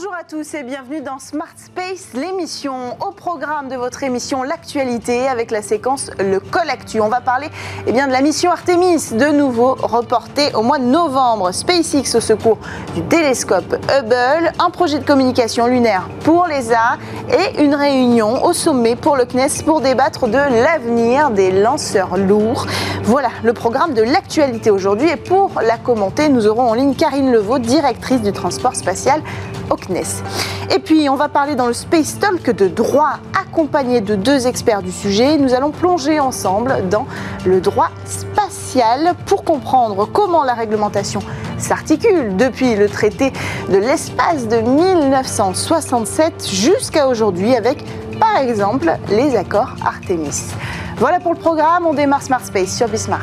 Bonjour à tous et bienvenue dans Smart Space, l'émission au programme de votre émission L'actualité avec la séquence Le Col Actu. On va parler de la mission Artemis, de nouveau reportée au mois de novembre. SpaceX au secours du télescope Hubble, un projet de communication lunaire pour l'ESA et une réunion au sommet pour le CNES pour débattre de l'avenir des lanceurs lourds. Voilà le programme de l'actualité aujourd'hui et pour la commenter, nous aurons en ligne Karine Levaux, directrice du transport spatial au CNES. Et puis, on va parler dans le Space Talk de droit, accompagné de deux experts du sujet. Nous allons plonger ensemble dans le droit spatial pour comprendre comment la réglementation s'articule depuis le traité de l'espace de 1967 jusqu'à aujourd'hui avec, par exemple, les accords Artemis. Voilà pour le programme, on démarre Smart Space sur Bismart.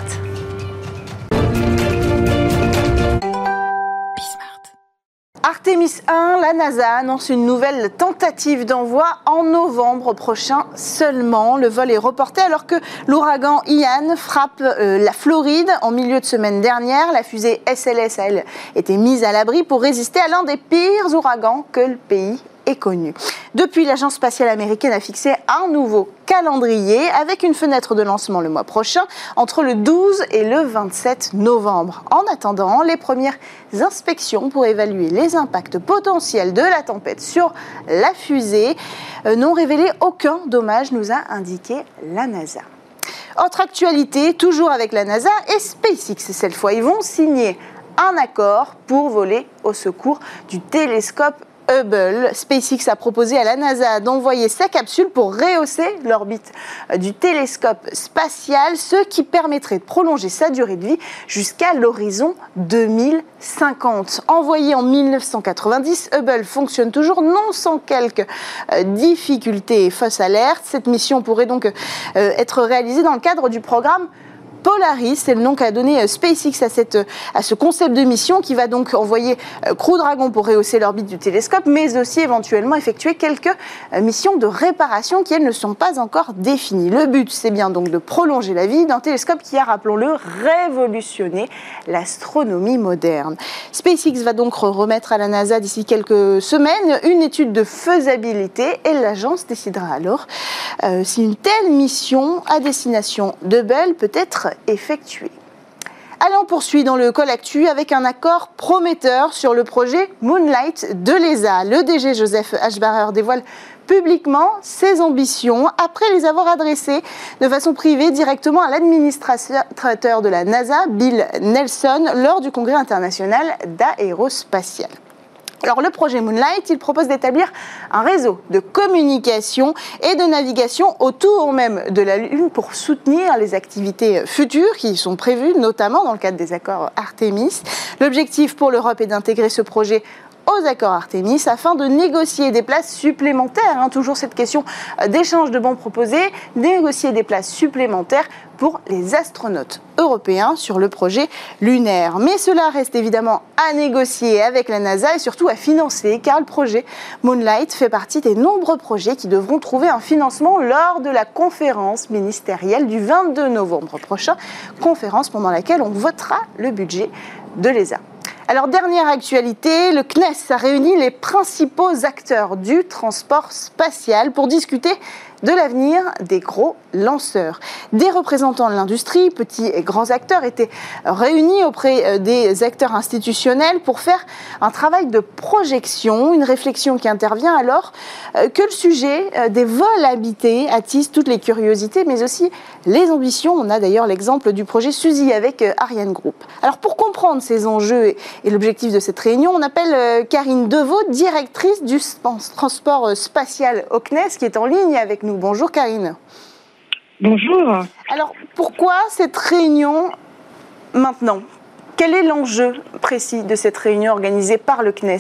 Artemis 1, la NASA annonce une nouvelle tentative d'envoi en novembre prochain seulement. Le vol est reporté alors que l'ouragan Ian frappe la Floride en milieu de semaine dernière. La fusée SLS a, elle, été mise à l'abri pour résister à l'un des pires ouragans que le pays ait connu. Depuis, l'agence spatiale américaine a fixé un nouveau calendrier avec une fenêtre de lancement le mois prochain entre le 12 et le 27 novembre. En attendant, les premières inspections pour évaluer les impacts potentiels de la tempête sur la fusée n'ont révélé aucun dommage, nous a indiqué la NASA. Autre actualité, toujours avec la NASA et SpaceX cette fois, ils vont signer un accord pour voler au secours du télescope Hubble. SpaceX a proposé à la NASA d'envoyer sa capsule pour rehausser l'orbite du télescope spatial, ce qui permettrait de prolonger sa durée de vie jusqu'à l'horizon 2050. Envoyé en 1990, Hubble fonctionne toujours, non sans quelques difficultés et fausses alertes. Cette mission pourrait donc être réalisée dans le cadre du programme Polaris, c'est le nom qu'a donné SpaceX à ce concept de mission qui va donc envoyer Crew Dragon pour rehausser l'orbite du télescope, mais aussi éventuellement effectuer quelques missions de réparation qui, elles, ne sont pas encore définies. Le but, c'est bien donc de prolonger la vie d'un télescope qui a, rappelons-le, révolutionné l'astronomie moderne. SpaceX va donc remettre à la NASA d'ici quelques semaines une étude de faisabilité et l'agence décidera alors si une telle mission à destination d'Hubble peut être effectuée. Allez, on poursuit dans le Col Actu avec un accord prometteur sur le projet Moonlight de l'ESA. Le DG Joseph Aschbacher dévoile publiquement ses ambitions après les avoir adressées de façon privée directement à l'administrateur de la NASA, Bill Nelson, lors du Congrès international d'aérospatiale. Alors, le projet Moonlight, il propose d'établir un réseau de communication et de navigation autour même de la Lune pour soutenir les activités futures qui sont prévues, notamment dans le cadre des accords Artemis. L'objectif pour l'Europe est d'intégrer ce projet aux accords Artemis afin de négocier des places supplémentaires. Toujours cette question d'échange de bons proposés, négocier des places supplémentaires pour les astronautes européens sur le projet lunaire. Mais cela reste évidemment à négocier avec la NASA et surtout à financer, car le projet Moonlight fait partie des nombreux projets qui devront trouver un financement lors de la conférence ministérielle du 22 novembre prochain, conférence pendant laquelle on votera le budget de l'ESA. Alors, dernière actualité, le CNES a réuni les principaux acteurs du transport spatial pour discuter de l'avenir des gros lanceurs. Des représentants de l'industrie, petits et grands acteurs, étaient réunis auprès des acteurs institutionnels pour faire un travail de projection, une réflexion qui intervient alors que le sujet des vols habités attise toutes les curiosités, mais aussi les ambitions. On a d'ailleurs l'exemple du projet Suzy avec Ariane Group. Alors, pour comprendre ces enjeux et l'objectif de cette réunion, on appelle Karine Levaux, directrice du transport spatial au CNES, qui est en ligne avec nous. Bonjour Karine. Bonjour. Alors, pourquoi cette réunion maintenant ? Quel est l'enjeu précis de cette réunion organisée par le CNES ?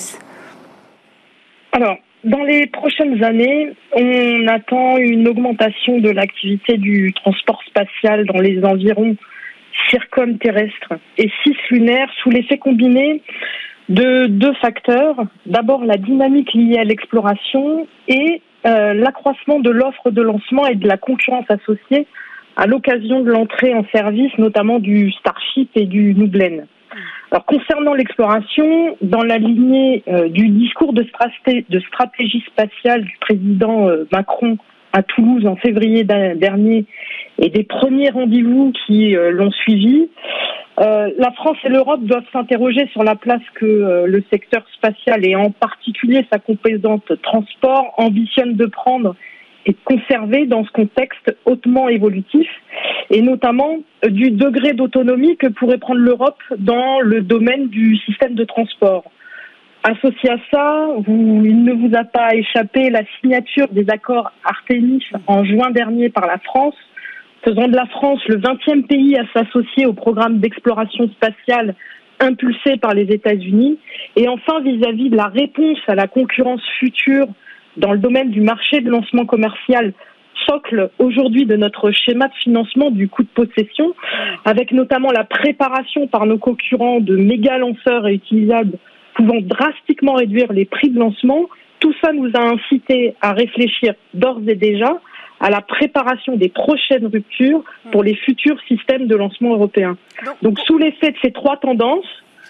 Alors, dans les prochaines années, on attend une augmentation de l'activité du transport spatial dans les environs circumterrestres et cislunaires sous l'effet combiné de deux facteurs. D'abord, la dynamique liée à l'exploration et l'accroissement de l'offre de lancement et de la concurrence associée à l'occasion de l'entrée en service, notamment du Starship et du New Glenn. Alors, concernant l'exploration, dans la lignée du discours de stratégie spatiale du président Macron à Toulouse en février dernier et des premiers rendez-vous qui l'ont suivi, la France et l'Europe doivent s'interroger sur la place que le secteur spatial et en particulier sa composante transport ambitionne de prendre et de conserver dans ce contexte hautement évolutif, et notamment du degré d'autonomie que pourrait prendre l'Europe dans le domaine du système de transport. Associé à ça, il ne vous a pas échappé la signature des accords Artemis en juin dernier par la France, faisant de la France le 20e pays à s'associer au programme d'exploration spatiale impulsé par les États-Unis. Et enfin, vis-à-vis de la réponse à la concurrence future dans le domaine du marché de lancement commercial, socle aujourd'hui de notre schéma de financement du coût de possession, avec notamment la préparation par nos concurrents de méga lanceurs réutilisables pouvant drastiquement réduire les prix de lancement, tout ça nous a incité à réfléchir d'ores et déjà à la préparation des prochaines ruptures pour les futurs systèmes de lancement européens. Donc sous l'effet de ces trois tendances,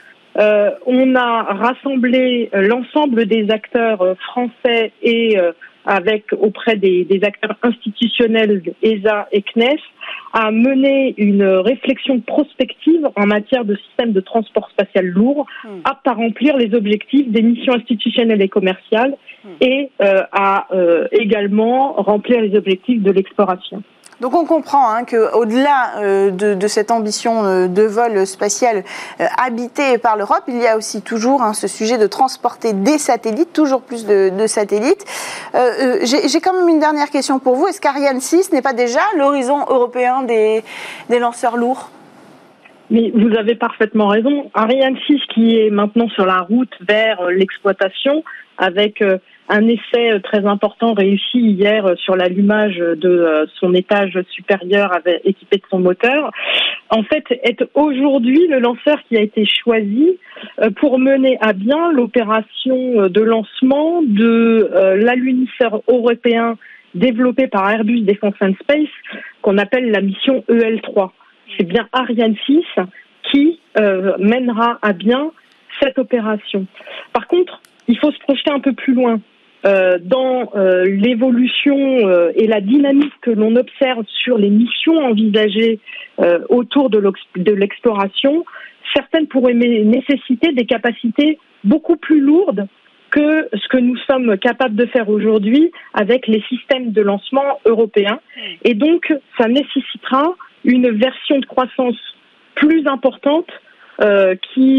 on a rassemblé l'ensemble des acteurs français et auprès des acteurs institutionnels ESA et CNES à mener une réflexion prospective en matière de système de transport spatial lourd, apte à remplir les objectifs des missions institutionnelles et commerciales et à également remplir les objectifs de l'exploration. Donc on comprend qu'au-delà de cette ambition de vol spatial habité par l'Europe, il y a aussi toujours ce sujet de transporter des satellites, toujours plus de satellites. J'ai quand même une dernière question pour vous. Est-ce qu'Ariane 6 n'est pas déjà l'horizon européen des lanceurs lourds ? Mais vous avez parfaitement raison. Ariane 6 qui est maintenant sur la route vers l'exploitation avec un essai très important réussi hier sur l'allumage de son étage supérieur équipé de son moteur, en fait est aujourd'hui le lanceur qui a été choisi pour mener à bien l'opération de lancement de l'alunisseur européen développé par Airbus Defence and Space qu'on appelle la mission EL3. C'est bien Ariane 6 qui mènera à bien cette opération. Par contre, il faut se projeter un peu plus loin. Dans l'évolution et la dynamique que l'on observe sur les missions envisagées autour de l'exploration, certaines pourraient nécessiter des capacités beaucoup plus lourdes que ce que nous sommes capables de faire aujourd'hui avec les systèmes de lancement européens. Et donc, ça nécessitera une version de croissance plus importante que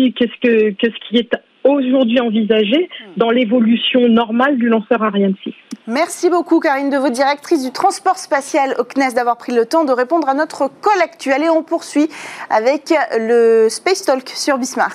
ce qui est aujourd'hui envisagé dans l'évolution normale du lanceur Ariane 6. Merci beaucoup Karine Deveau, directrice du transport spatial au CNES, d'avoir pris le temps de répondre à notre call actuel. Et on poursuit avec le Space Talk sur Bismart.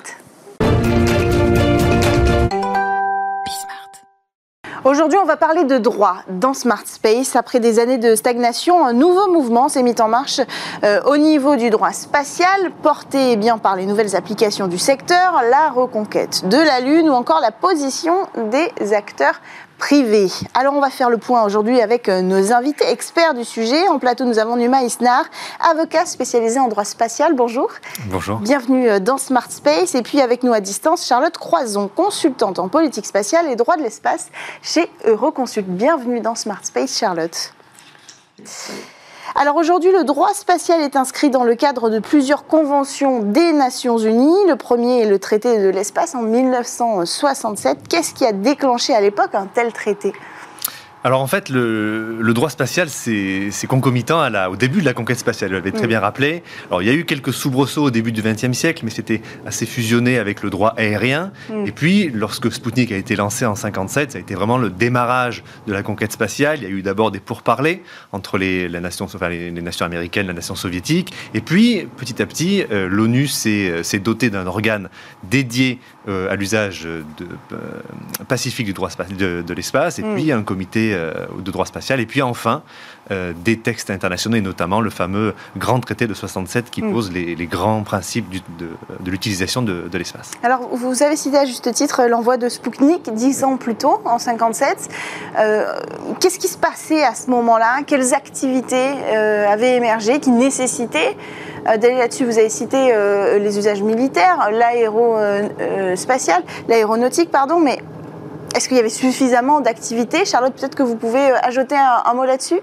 Aujourd'hui, on va parler de droit dans Smart Space. Après des années de stagnation, un nouveau mouvement s'est mis en marche au niveau du droit spatial, porté bien par les nouvelles applications du secteur, la reconquête de la Lune ou encore la position des acteurs privés. Alors, on va faire le point aujourd'hui avec nos invités experts du sujet. En plateau, nous avons Numa Isnar, avocat spécialisé en droit spatial. Bonjour. Bonjour. Bienvenue dans Smart Space. Et puis, avec nous à distance, Charlotte Croison, consultante en politique spatiale et droit de l'espace chez Euroconsult. Bienvenue dans Smart Space, Charlotte. Alors aujourd'hui, le droit spatial est inscrit dans le cadre de plusieurs conventions des Nations Unies. Le premier est le traité de l'espace en 1967. Qu'est-ce qui a déclenché à l'époque un tel traité ? Alors en fait, le droit spatial, c'est concomitant au début de la conquête spatiale, vous l'avez très bien rappelé. Alors il y a eu quelques soubresauts au début du XXe siècle, mais c'était assez fusionné avec le droit aérien. Et puis, lorsque Sputnik a été lancé en 1957, ça a été vraiment le démarrage de la conquête spatiale. Il y a eu d'abord des pourparlers entre les nations américaines, la nation soviétique. Et puis, petit à petit, l'ONU s'est dotée d'un organe dédié à l'usage pacifique du droit de l'espace, et puis un comité de droit spatial, et puis enfin des textes internationaux, et notamment le fameux grand traité de 67 qui pose les grands principes de l'utilisation de l'espace. Alors, vous avez cité à juste titre l'envoi de Sputnik 10 ans plus tôt, en 57. Qu'est-ce qui se passait à ce moment-là ? Quelles activités avaient émergé qui nécessitaient d'aller là-dessus. Vous avez cité les usages militaires, l'aérospatial, l'aéronautique, pardon, mais est-ce qu'il y avait suffisamment d'activités? Charlotte, peut-être que vous pouvez ajouter un mot là-dessus?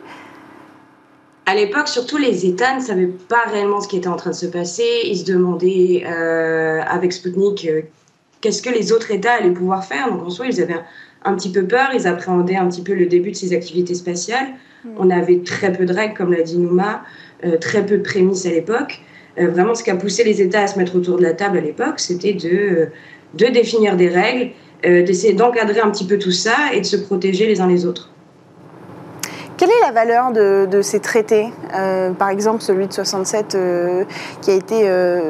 À l'époque, surtout les États ne savaient pas réellement ce qui était en train de se passer. Ils se demandaient, avec Sputnik, qu'est-ce que les autres États allaient pouvoir faire. Donc en soi, ils avaient un petit peu peur, ils appréhendaient un petit peu le début de ces activités spatiales. On avait très peu de règles, comme l'a dit Nouma, très peu de prémices à l'époque. Vraiment, ce qui a poussé les États à se mettre autour de la table à l'époque, c'était de définir des règles, d'essayer d'encadrer un petit peu tout ça et de se protéger les uns les autres. Quelle est la valeur de ces traités, par exemple celui de 67 qui a été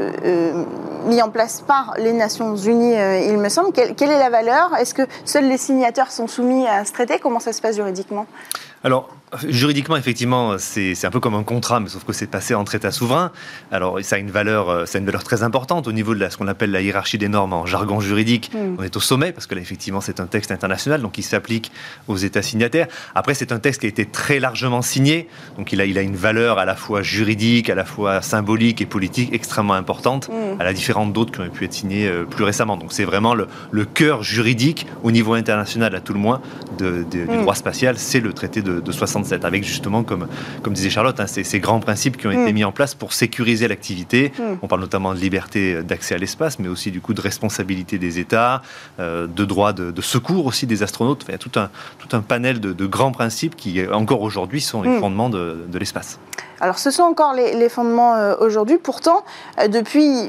mis en place par les Nations Unies, il me semble. Quelle est la valeur? Est-ce que seuls les signataires sont soumis à ce traité? Comment ça se passe juridiquement? Alors, juridiquement, effectivement, c'est un peu comme un contrat, mais sauf que c'est passé en traité souverain. Alors, ça a une valeur très importante au niveau de ce qu'on appelle la hiérarchie des normes en jargon juridique. On est au sommet, parce que là, effectivement, c'est un texte international, donc il s'applique aux États signataires. Après, c'est un texte qui a été très largement signé, donc il a une valeur à la fois juridique, à la fois symbolique et politique extrêmement importante, à la différence d'autres qui ont pu être signés plus récemment. Donc, c'est vraiment le cœur juridique, au niveau international, à tout le moins, du droit spatial, c'est le traité de 67, avec justement, comme disait Charlotte, ces grands principes qui ont été mis en place pour sécuriser l'activité. On parle notamment de liberté d'accès à l'espace, mais aussi du coup de responsabilité des États, de droit de secours aussi des astronautes. Enfin, il y a tout un panel de grands principes qui, encore aujourd'hui, sont les fondements de l'espace. Alors, ce sont encore les fondements aujourd'hui. Pourtant, depuis...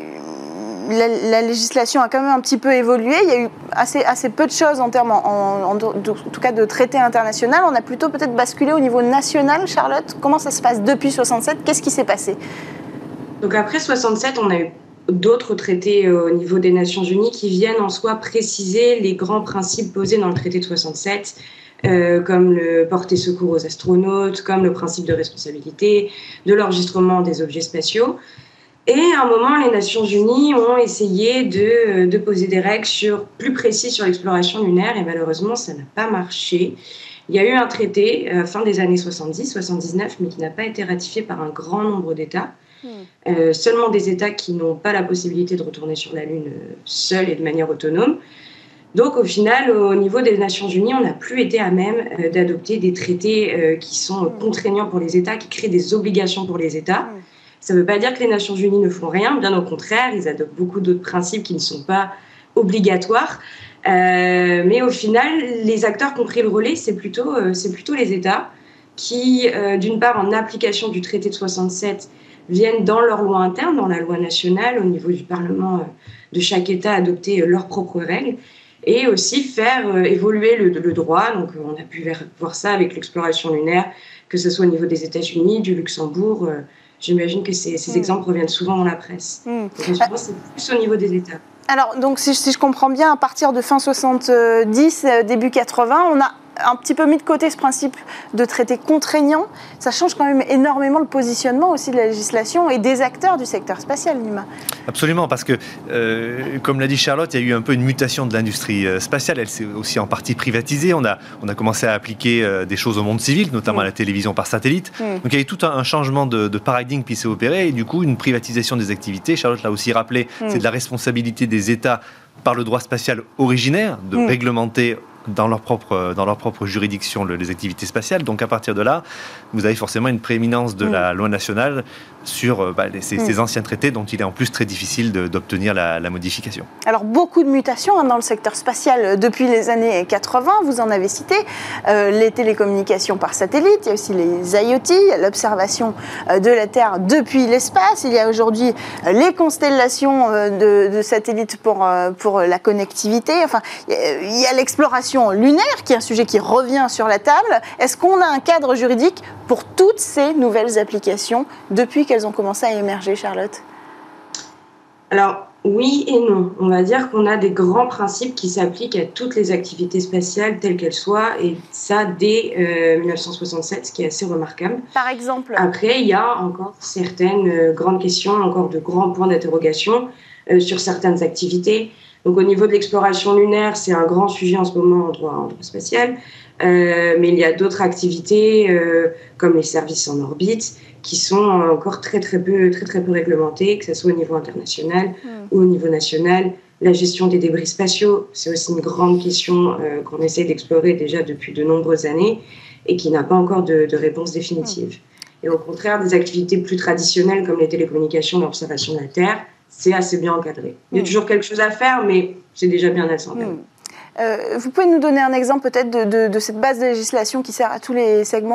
La législation a quand même un petit peu évolué. Il y a eu assez peu de choses en termes, en tout cas, de traités internationaux. On a plutôt peut-être basculé au niveau national. Charlotte, comment ça se passe depuis 67? Qu'est-ce qui s'est passé? Donc après 67, on a eu d'autres traités au niveau des Nations Unies qui viennent en soi préciser les grands principes posés dans le traité de 67, comme le porter secours aux astronautes, comme le principe de responsabilité, de l'enregistrement des objets spatiaux. Et à un moment, les Nations Unies ont essayé de poser des règles plus précises sur l'exploration lunaire, et malheureusement, ça n'a pas marché. Il y a eu un traité fin des années 70, 79, mais qui n'a pas été ratifié par un grand nombre d'États. Seulement des États qui n'ont pas la possibilité de retourner sur la Lune seuls et de manière autonome. Donc au final, au niveau des Nations Unies, on n'a plus été à même d'adopter des traités qui sont contraignants pour les États, qui créent des obligations pour les États. Ça ne veut pas dire que les Nations Unies ne font rien, bien au contraire, ils adoptent beaucoup d'autres principes qui ne sont pas obligatoires. Mais au final, les acteurs qui ont pris le relais, c'est plutôt les États qui, d'une part, en application du traité de 67, viennent dans leur loi interne, dans la loi nationale, au niveau du Parlement de chaque État, adopter leurs propres règles, et aussi faire évoluer le droit. Donc on a pu voir ça avec l'exploration lunaire, que ce soit au niveau des États-Unis, du Luxembourg. J'imagine que ces exemples reviennent souvent dans la presse. Donc, souvent, c'est plus au niveau des États. Alors, donc, si je comprends bien, à partir de fin 70, début 80, on a un petit peu mis de côté ce principe de traité contraignant. Ça change quand même énormément le positionnement aussi de la législation et des acteurs du secteur spatial, Nima. Absolument, parce que, comme l'a dit Charlotte, il y a eu un peu une mutation de l'industrie spatiale. Elle s'est aussi en partie privatisée. On a commencé à appliquer des choses au monde civil, notamment à la télévision par satellite. Donc il y a eu tout un changement de paradigme qui s'est opéré, et du coup une privatisation des activités. Charlotte l'a aussi rappelé, c'est de la responsabilité des États par le droit spatial originaire de réglementer dans leur propre juridiction les activités spatiales. Donc à partir de là, vous avez forcément une prééminence de la loi nationale sur ces anciens traités dont il est en plus très difficile d'obtenir la modification. Alors beaucoup de mutations dans le secteur spatial depuis les années 80, vous en avez cité, les télécommunications par satellite, il y a aussi les IoT, l'observation de la Terre depuis l'espace, il y a aujourd'hui les constellations de satellites pour la connectivité, enfin il y a l'exploration lunaire qui est un sujet qui revient sur la table. Est-ce qu'on a un cadre juridique pour toutes ces nouvelles applications depuis qu'elles ont commencé à émerger, Charlotte? Alors, oui et non. On va dire qu'on a des grands principes qui s'appliquent à toutes les activités spatiales telles qu'elles soient, et ça dès 1967, ce qui est assez remarquable. Par exemple? Après, il y a encore certaines grandes questions, encore de grands points d'interrogation. sur certaines activités. Donc au niveau de l'exploration lunaire, c'est un grand sujet en ce moment en droit spatial, mais il y a d'autres activités comme les services en orbite qui sont encore très peu réglementés, que ce soit au niveau international ou au niveau national. La gestion des débris spatiaux, c'est aussi une grande question qu'on essaie d'explorer déjà depuis de nombreuses années et qui n'a pas encore de réponse définitive. Et au contraire, des activités plus traditionnelles comme les télécommunications, l'observation de la Terre, c'est assez bien encadré. Il y a toujours quelque chose à faire, mais c'est déjà bien assez encadré. Vous pouvez nous donner un exemple peut-être de cette base de législation qui sert à tous les segments ?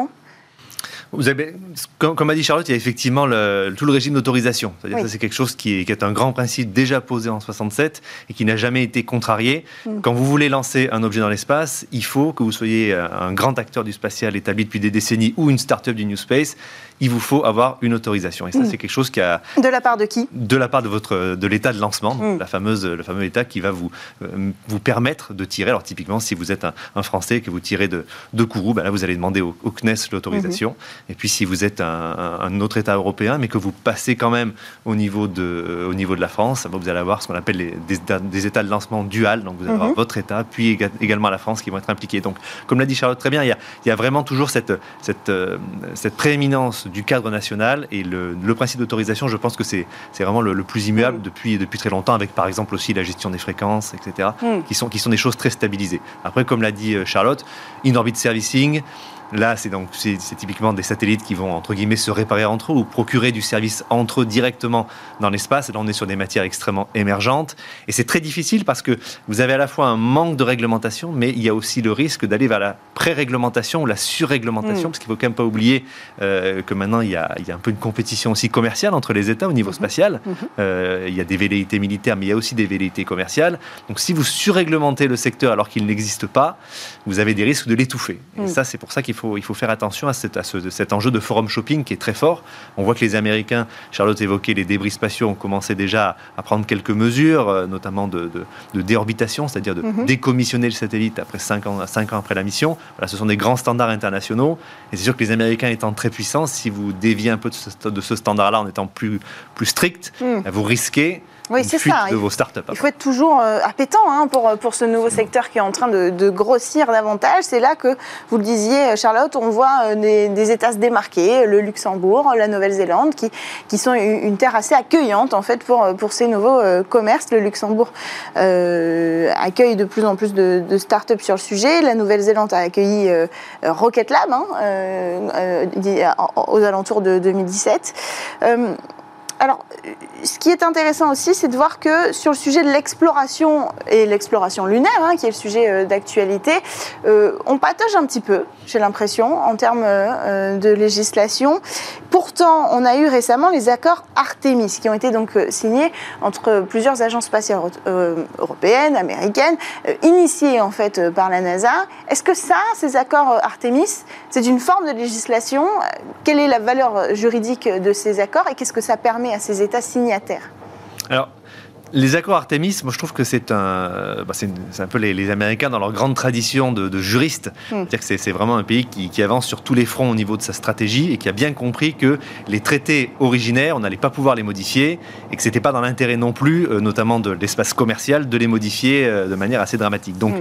Comme a dit Charlotte, il y a effectivement tout le régime d'autorisation. C'est-à-dire que c'est quelque chose qui est un grand principe déjà posé en 67 et qui n'a jamais été contrarié. Quand vous voulez lancer un objet dans l'espace, il faut que vous soyez un grand acteur du spatial établi depuis des décennies ou une start-up du New Space. Il vous faut avoir une autorisation. Et ça, c'est quelque chose qui a... De la part de qui ? De la part de l'état de lancement, donc le fameux état qui va vous permettre de tirer. Alors typiquement, si vous êtes un Français que vous tirez de Kourou, là vous allez demander au CNES l'autorisation. Et puis si vous êtes un autre état européen, mais que vous passez quand même au niveau de la France, vous allez avoir ce qu'on appelle des états de lancement dual. Donc vous allez avoir votre état, puis également la France qui vont être impliqués. Donc comme l'a dit Charlotte très bien, il y a vraiment toujours cette prééminence du cadre national et le principe d'autorisation, je pense que c'est vraiment le plus immuable depuis très longtemps, avec par exemple aussi la gestion des fréquences, etc., qui sont des choses très stabilisées. Après, comme l'a dit Charlotte, in-orbit servicing, là, c'est typiquement des satellites qui vont, entre guillemets, se réparer entre eux ou procurer du service entre eux directement dans l'espace. Et là, on est sur des matières extrêmement émergentes. Et c'est très difficile parce que vous avez à la fois un manque de réglementation, mais il y a aussi le risque d'aller vers la pré-réglementation ou la surréglementation, parce qu'il ne faut quand même pas oublier que maintenant, il y a un peu une compétition aussi commerciale entre les États au niveau spatial. Il y a des velléités militaires, mais il y a aussi des velléités commerciales. Donc, si vous surréglementez le secteur alors qu'il n'existe pas, vous avez des risques de l'étouffer. Et ça, c'est pour ça qu'il faut faire attention à cet enjeu de forum shopping qui est très fort. On voit que les Américains, Charlotte évoquait les débris spatiaux, ont commencé déjà à prendre quelques mesures, notamment de déorbitation, c'est-à-dire de décommissionner le satellite après 5 ans après la mission. Voilà, ce sont des grands standards internationaux. Et c'est sûr que les Américains étant très puissants, si vous déviez un peu de ce standard-là en étant plus strict, vous risquez une fuite de vos startups. Il faut être toujours appétant pour ce nouveau secteur qui est en train de grossir davantage. C'est là que, vous le disiez Charlotte, on voit des États se démarquer, le Luxembourg, la Nouvelle-Zélande, qui sont une terre assez accueillante en fait pour ces nouveaux commerces. Le Luxembourg accueille de plus en plus de startups sur le sujet. La Nouvelle-Zélande a accueilli Rocket Lab aux alentours de 2017. Alors, ce qui est intéressant aussi, c'est de voir que sur le sujet de l'exploration et l'exploration lunaire, qui est le sujet d'actualité, on patauge un petit peu, j'ai l'impression, en termes de législation. Pourtant, on a eu récemment les accords Artemis, qui ont été donc signés entre plusieurs agences spatiales européennes, américaines, initiés en fait par la NASA. Est-ce que ces accords Artemis, c'est une forme de législation ? Quelle est la valeur juridique de ces accords et qu'est-ce que ça permet à ces États signataires ? Alors, les accords Artemis, moi je trouve que c'est un peu les Américains dans leur grande tradition de juristes. C'est-à-dire que c'est vraiment un pays qui avance sur tous les fronts au niveau de sa stratégie et qui a bien compris que les traités originaires, on n'allait pas pouvoir les modifier et que c'était pas dans l'intérêt non plus, notamment de l'espace commercial, de les modifier de manière assez dramatique. Donc,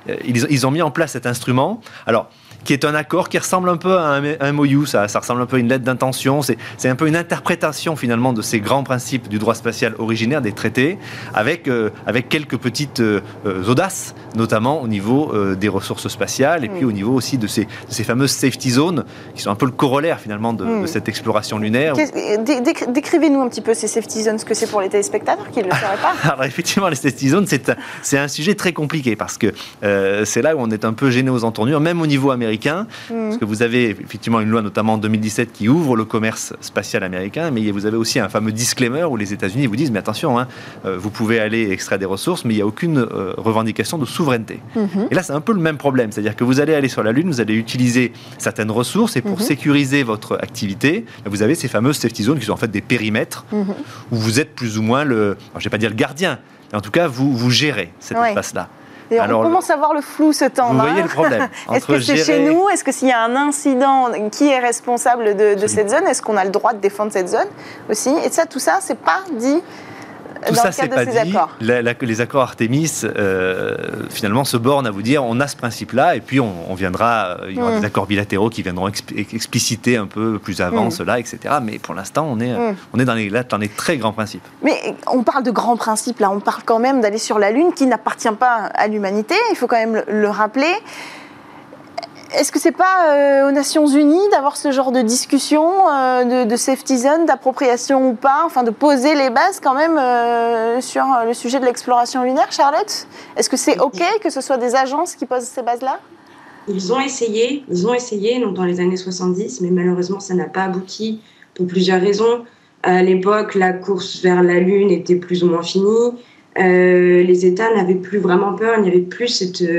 ils ont mis en place cet instrument. Alors, qui est un accord qui ressemble un peu à un MOU, ça ressemble un peu à une lettre d'intention, c'est un peu une interprétation finalement de ces grands principes du droit spatial originaire des traités, avec quelques petites audaces, notamment au niveau des ressources spatiales, et puis au niveau aussi de ces fameuses safety zones, qui sont un peu le corollaire finalement de cette exploration lunaire. Décrivez-nous un petit peu ces safety zones, ce que c'est pour les téléspectateurs qui ne le sauraient pas. Alors effectivement, les safety zones, c'est un sujet très compliqué, parce que c'est là où on est un peu gêné aux entournures, même au niveau américain, parce que vous avez effectivement une loi notamment en 2017 qui ouvre le commerce spatial américain, mais vous avez aussi un fameux disclaimer où les États-Unis vous disent mais attention, vous pouvez aller extraire des ressources, mais il n'y a aucune revendication de souveraineté. Et là c'est un peu le même problème, c'est-à-dire que vous allez aller sur la Lune, vous allez utiliser certaines ressources et pour sécuriser votre activité, vous avez ces fameuses safety zones qui sont en fait des périmètres où vous êtes plus ou moins je ne vais pas dire le gardien, mais en tout cas vous gérez cet espace-là. Et alors, on commence à voir le flou se tendre. Vous voyez le problème. Est-ce que c'est chez nous ? Est-ce que s'il y a un incident, qui est responsable de cette zone ? Est-ce qu'on a le droit de défendre cette zone aussi ? Et tout ça, c'est pas dit Tout dans ça, le c'est cadre pas de ces dit. accords. Les accords Artemis, finalement, se bornent à vous dire on a ce principe-là, et puis on viendra, il y aura des accords bilatéraux qui viendront expliciter un peu plus avant cela, etc. Mais pour l'instant, on est dans les très grands principes. Mais on parle de grands principes, là. On parle quand même d'aller sur la Lune, qui n'appartient pas à l'humanité. Il faut quand même le rappeler. Est-ce que c'est pas aux Nations Unies d'avoir ce genre de discussion, de safety zone, d'appropriation ou pas, enfin de poser les bases quand même sur le sujet de l'exploration lunaire, Charlotte? Est-ce que c'est OK que ce soit des agences qui posent ces bases-là? Ils ont essayé, donc dans les années 70, mais malheureusement ça n'a pas abouti pour plusieurs raisons. À l'époque, la course vers la Lune était plus ou moins finie. Les États n'avaient plus vraiment peur, il n'y avait plus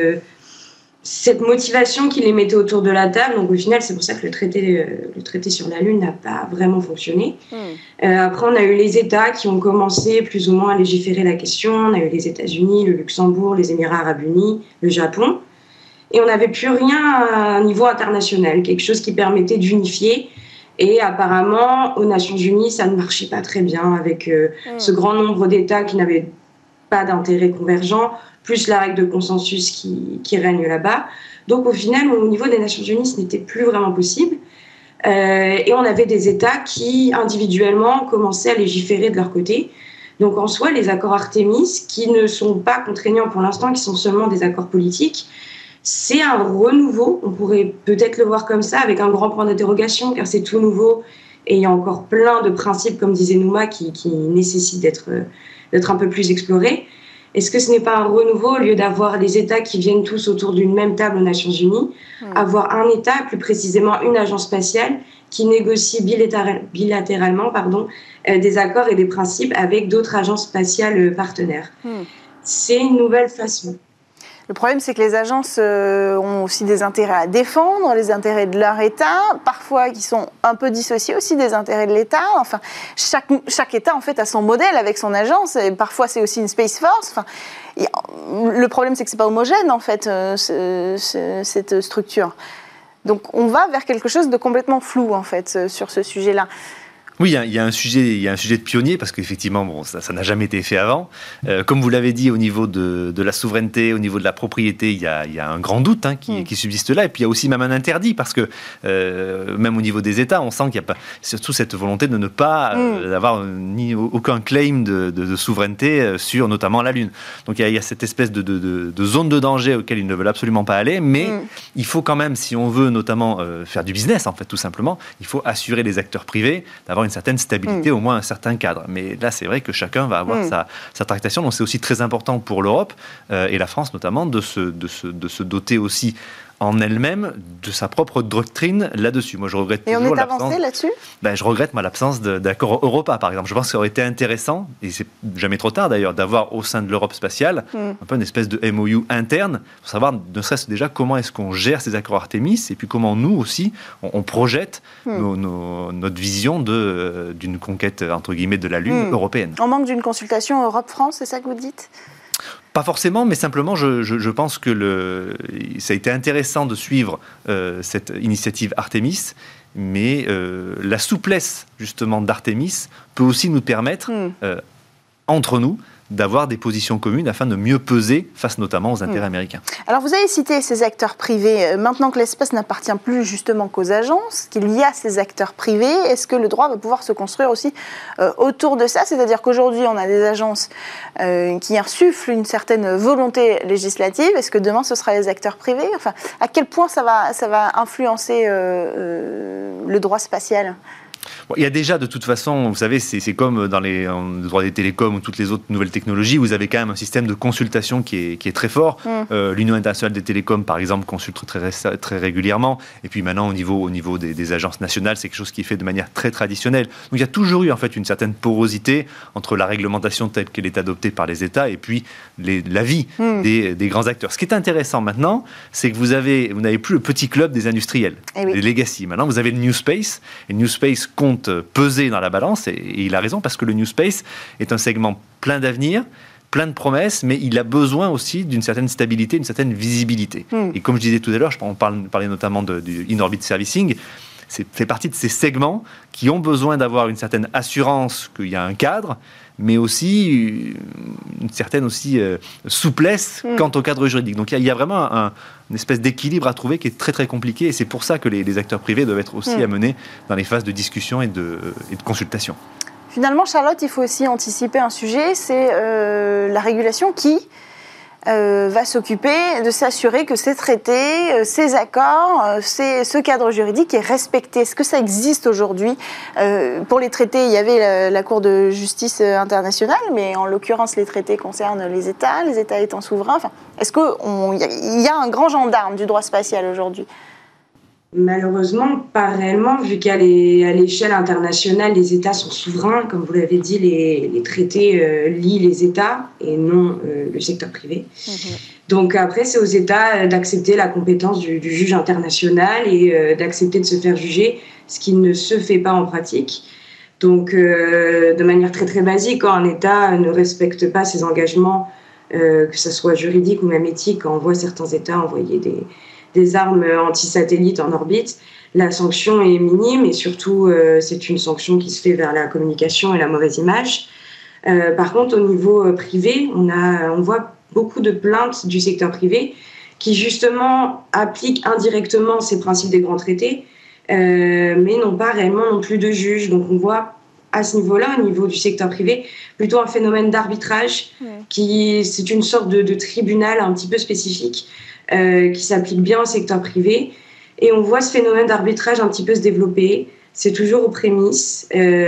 cette motivation qui les mettait autour de la table. Donc au final, c'est pour ça que le traité sur la Lune n'a pas vraiment fonctionné. Après, on a eu les États qui ont commencé plus ou moins à légiférer la question. On a eu les États-Unis, le Luxembourg, les Émirats arabes unis, le Japon. Et on n'avait plus rien à un niveau international, quelque chose qui permettait d'unifier. Et apparemment, aux Nations Unies, ça ne marchait pas très bien avec ce grand nombre d'États qui n'avaient pas d'intérêt convergent, plus la règle de consensus qui règne là-bas. Donc au final, au niveau des Nations Unies, ce n'était plus vraiment possible. Et on avait des États qui, individuellement, commençaient à légiférer de leur côté. Donc en soi, les accords Artemis, qui ne sont pas contraignants pour l'instant, qui sont seulement des accords politiques, c'est un renouveau. On pourrait peut-être le voir comme ça, avec un grand point d'interrogation, car c'est tout nouveau. Et il y a encore plein de principes, comme disait Nouma, qui nécessitent d'être un peu plus explorés. Est-ce que ce n'est pas un renouveau, au lieu d'avoir des États qui viennent tous autour d'une même table aux Nations Unies, avoir un État, plus précisément une agence spatiale, qui négocie bilatéralement des accords et des principes avec d'autres agences spatiales partenaires. C'est une nouvelle façon. Le problème, c'est que les agences ont aussi des intérêts à défendre, les intérêts de leur État, parfois qui sont un peu dissociés aussi des intérêts de l'État. Enfin, chaque État, en fait, a son modèle avec son agence, et parfois c'est aussi une Space Force. Enfin, le problème, c'est que c'est pas homogène, en fait, cette structure. Donc, on va vers quelque chose de complètement flou, en fait, sur ce sujet-là. Oui, il y a un sujet de pionnier, parce qu'effectivement, ça n'a jamais été fait avant. Comme vous l'avez dit, au niveau de la souveraineté, au niveau de la propriété, il y a un grand doute qui subsiste là. Et puis il y a aussi même un interdit, parce que même au niveau des États, on sent qu'il y a pas, surtout cette volonté de ne pas avoir aucun claim de souveraineté sur notamment la Lune. Donc il y a cette espèce de zone de danger auquel ils ne veulent absolument pas aller, mais il faut quand même, si on veut notamment faire du business, en fait, tout simplement, il faut assurer les acteurs privés d'avoir une certaine stabilité, au moins un certain cadre. Mais là, c'est vrai que chacun va avoir sa tractation. Donc, c'est aussi très important pour l'Europe et la France notamment de se doter aussi en elle-même de sa propre doctrine là-dessus. Moi, je regrette toujours l'absence. Et on est avancé là-dessus ? Je regrette l'absence d'accord Europa, par exemple. Je pense que ça aurait été intéressant, et c'est jamais trop tard d'ailleurs, d'avoir au sein de l'Europe spatiale un peu une espèce de MOU interne pour savoir, ne serait-ce déjà, comment est-ce qu'on gère ces accords Artemis, et puis comment nous aussi, on projette notre vision d'une conquête, entre guillemets, de la Lune européenne. On manque d'une consultation Europe-France, c'est ça que vous dites ? Pas forcément, mais simplement, je pense que ça a été intéressant de suivre cette initiative Artemis, mais la souplesse, justement, d'Artemis peut aussi nous permettre, entre nous, d'avoir des positions communes afin de mieux peser face notamment aux intérêts américains. Alors vous avez cité ces acteurs privés. Maintenant que l'espace n'appartient plus justement qu'aux agences, qu'il y a ces acteurs privés, est-ce que le droit va pouvoir se construire aussi autour de ça ? C'est-à-dire qu'aujourd'hui on a des agences qui insufflent une certaine volonté législative. Est-ce que demain ce sera les acteurs privés ? Enfin, à quel point ça va influencer le droit spatial ? Bon, il y a déjà, de toute façon, vous savez, c'est comme dans le droit des télécoms ou toutes les autres nouvelles technologies, vous avez quand même un système de consultation qui est très fort. L'Union internationale des télécoms, par exemple, consulte très régulièrement. Et puis maintenant, au niveau des agences nationales, c'est quelque chose qui est fait de manière très traditionnelle. Donc il y a toujours eu en fait une certaine porosité entre la réglementation telle qu'elle est adoptée par les États et puis l'avis des grands acteurs. Ce qui est intéressant maintenant, c'est que vous n'avez plus le petit club des industriels, les legacy. Maintenant, vous avez le New Space. Et le New Space compte peser dans la balance, et il a raison, parce que le New Space est un segment plein d'avenir, plein de promesses, mais il a besoin aussi d'une certaine stabilité, d'une certaine visibilité. Et comme je disais tout à l'heure, on parlait notamment du In-Orbit Servicing. fait partie de ces segments qui ont besoin d'avoir une certaine assurance qu'il y a un cadre, mais aussi une certaine souplesse quant au cadre juridique. Donc il y a vraiment une espèce d'équilibre à trouver qui est très très compliqué, et c'est pour ça que les acteurs privés doivent être aussi amenés dans les phases de discussion et de consultation. Finalement, Charlotte, il faut aussi anticiper un sujet, c'est la régulation qui va s'occuper de s'assurer que ces traités, ces accords, ce cadre juridique est respecté. Est-ce que ça existe aujourd'hui ? Pour les traités, il y avait la Cour de justice internationale, mais en l'occurrence, les traités concernent les États étant souverains. Enfin, est-ce qu'il y a un grand gendarme du droit spatial aujourd'hui ? Malheureusement, pas réellement, vu qu'à l'échelle internationale, les États sont souverains. Comme vous l'avez dit, les traités lient les États et non le secteur privé. Donc après, c'est aux États d'accepter la compétence du juge international et d'accepter de se faire juger, ce qui ne se fait pas en pratique. Donc, de manière très très basique, quand un État ne respecte pas ses engagements, que ce soit juridique ou même éthique, quand on voit certains États envoyer des armes anti-satellites en orbite, la sanction est minime et surtout, c'est une sanction qui se fait vers la communication et la mauvaise image. Par contre, au niveau privé, on voit beaucoup de plaintes du secteur privé qui, justement, appliquent indirectement ces principes des grands traités, mais n'ont pas réellement non plus de juge. Donc, on voit à ce niveau-là, au niveau du secteur privé, plutôt un phénomène d'arbitrage c'est une sorte de tribunal un petit peu spécifique qui s'applique bien au secteur privé. Et on voit ce phénomène d'arbitrage un petit peu se développer. C'est toujours aux prémices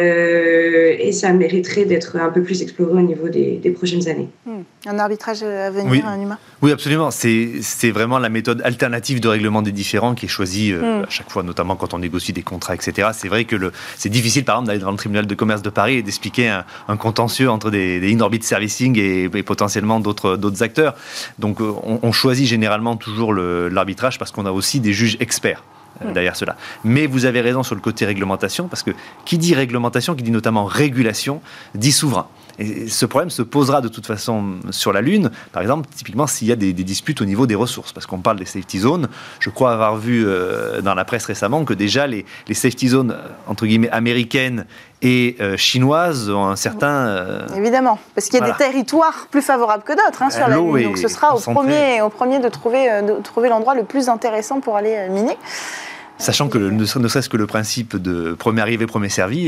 et ça mériterait d'être un peu plus exploré au niveau des prochaines années. Un arbitrage à venir, Numa ? Oui, absolument. C'est vraiment la méthode alternative de règlement des différends qui est choisie à chaque fois, notamment quand on négocie des contrats, etc. C'est vrai que c'est difficile, par exemple, d'aller dans le tribunal de commerce de Paris et d'expliquer un contentieux entre des in-orbit servicing et potentiellement d'autres acteurs. Donc, on choisit généralement toujours l'arbitrage parce qu'on a aussi des juges experts derrière cela. Mais vous avez raison sur le côté réglementation, parce que qui dit réglementation, qui dit notamment régulation, dit souverain. Et ce problème se posera de toute façon sur la Lune, par exemple, typiquement s'il y a des disputes au niveau des ressources, parce qu'on parle des safety zones. Je crois avoir vu dans la presse récemment que déjà les safety zones, entre guillemets, américaines et chinoises ont un certain... Évidemment, parce qu'il y a des territoires plus favorables que d'autres sur la Lune, donc ce sera au premier de trouver l'endroit le plus intéressant pour aller miner. Sachant que ne serait-ce que le principe de premier arrivé, premier servi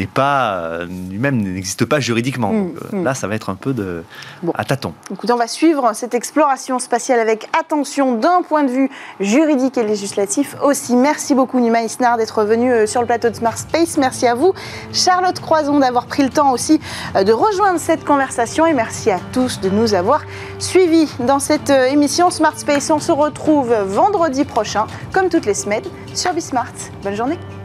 n'existe pas juridiquement. Là, ça va être un peu à tâtons. Écoutez, on va suivre cette exploration spatiale avec attention d'un point de vue juridique et législatif aussi. Merci beaucoup, Numa Isnard, d'être venu sur le plateau de Smart Space. Merci à vous, Charlotte Croison, d'avoir pris le temps aussi de rejoindre cette conversation. Et merci à tous de nous avoir suivis dans cette émission Smart Space. On se retrouve vendredi prochain, comme toutes les semaines, sur Bismart. Bonne journée.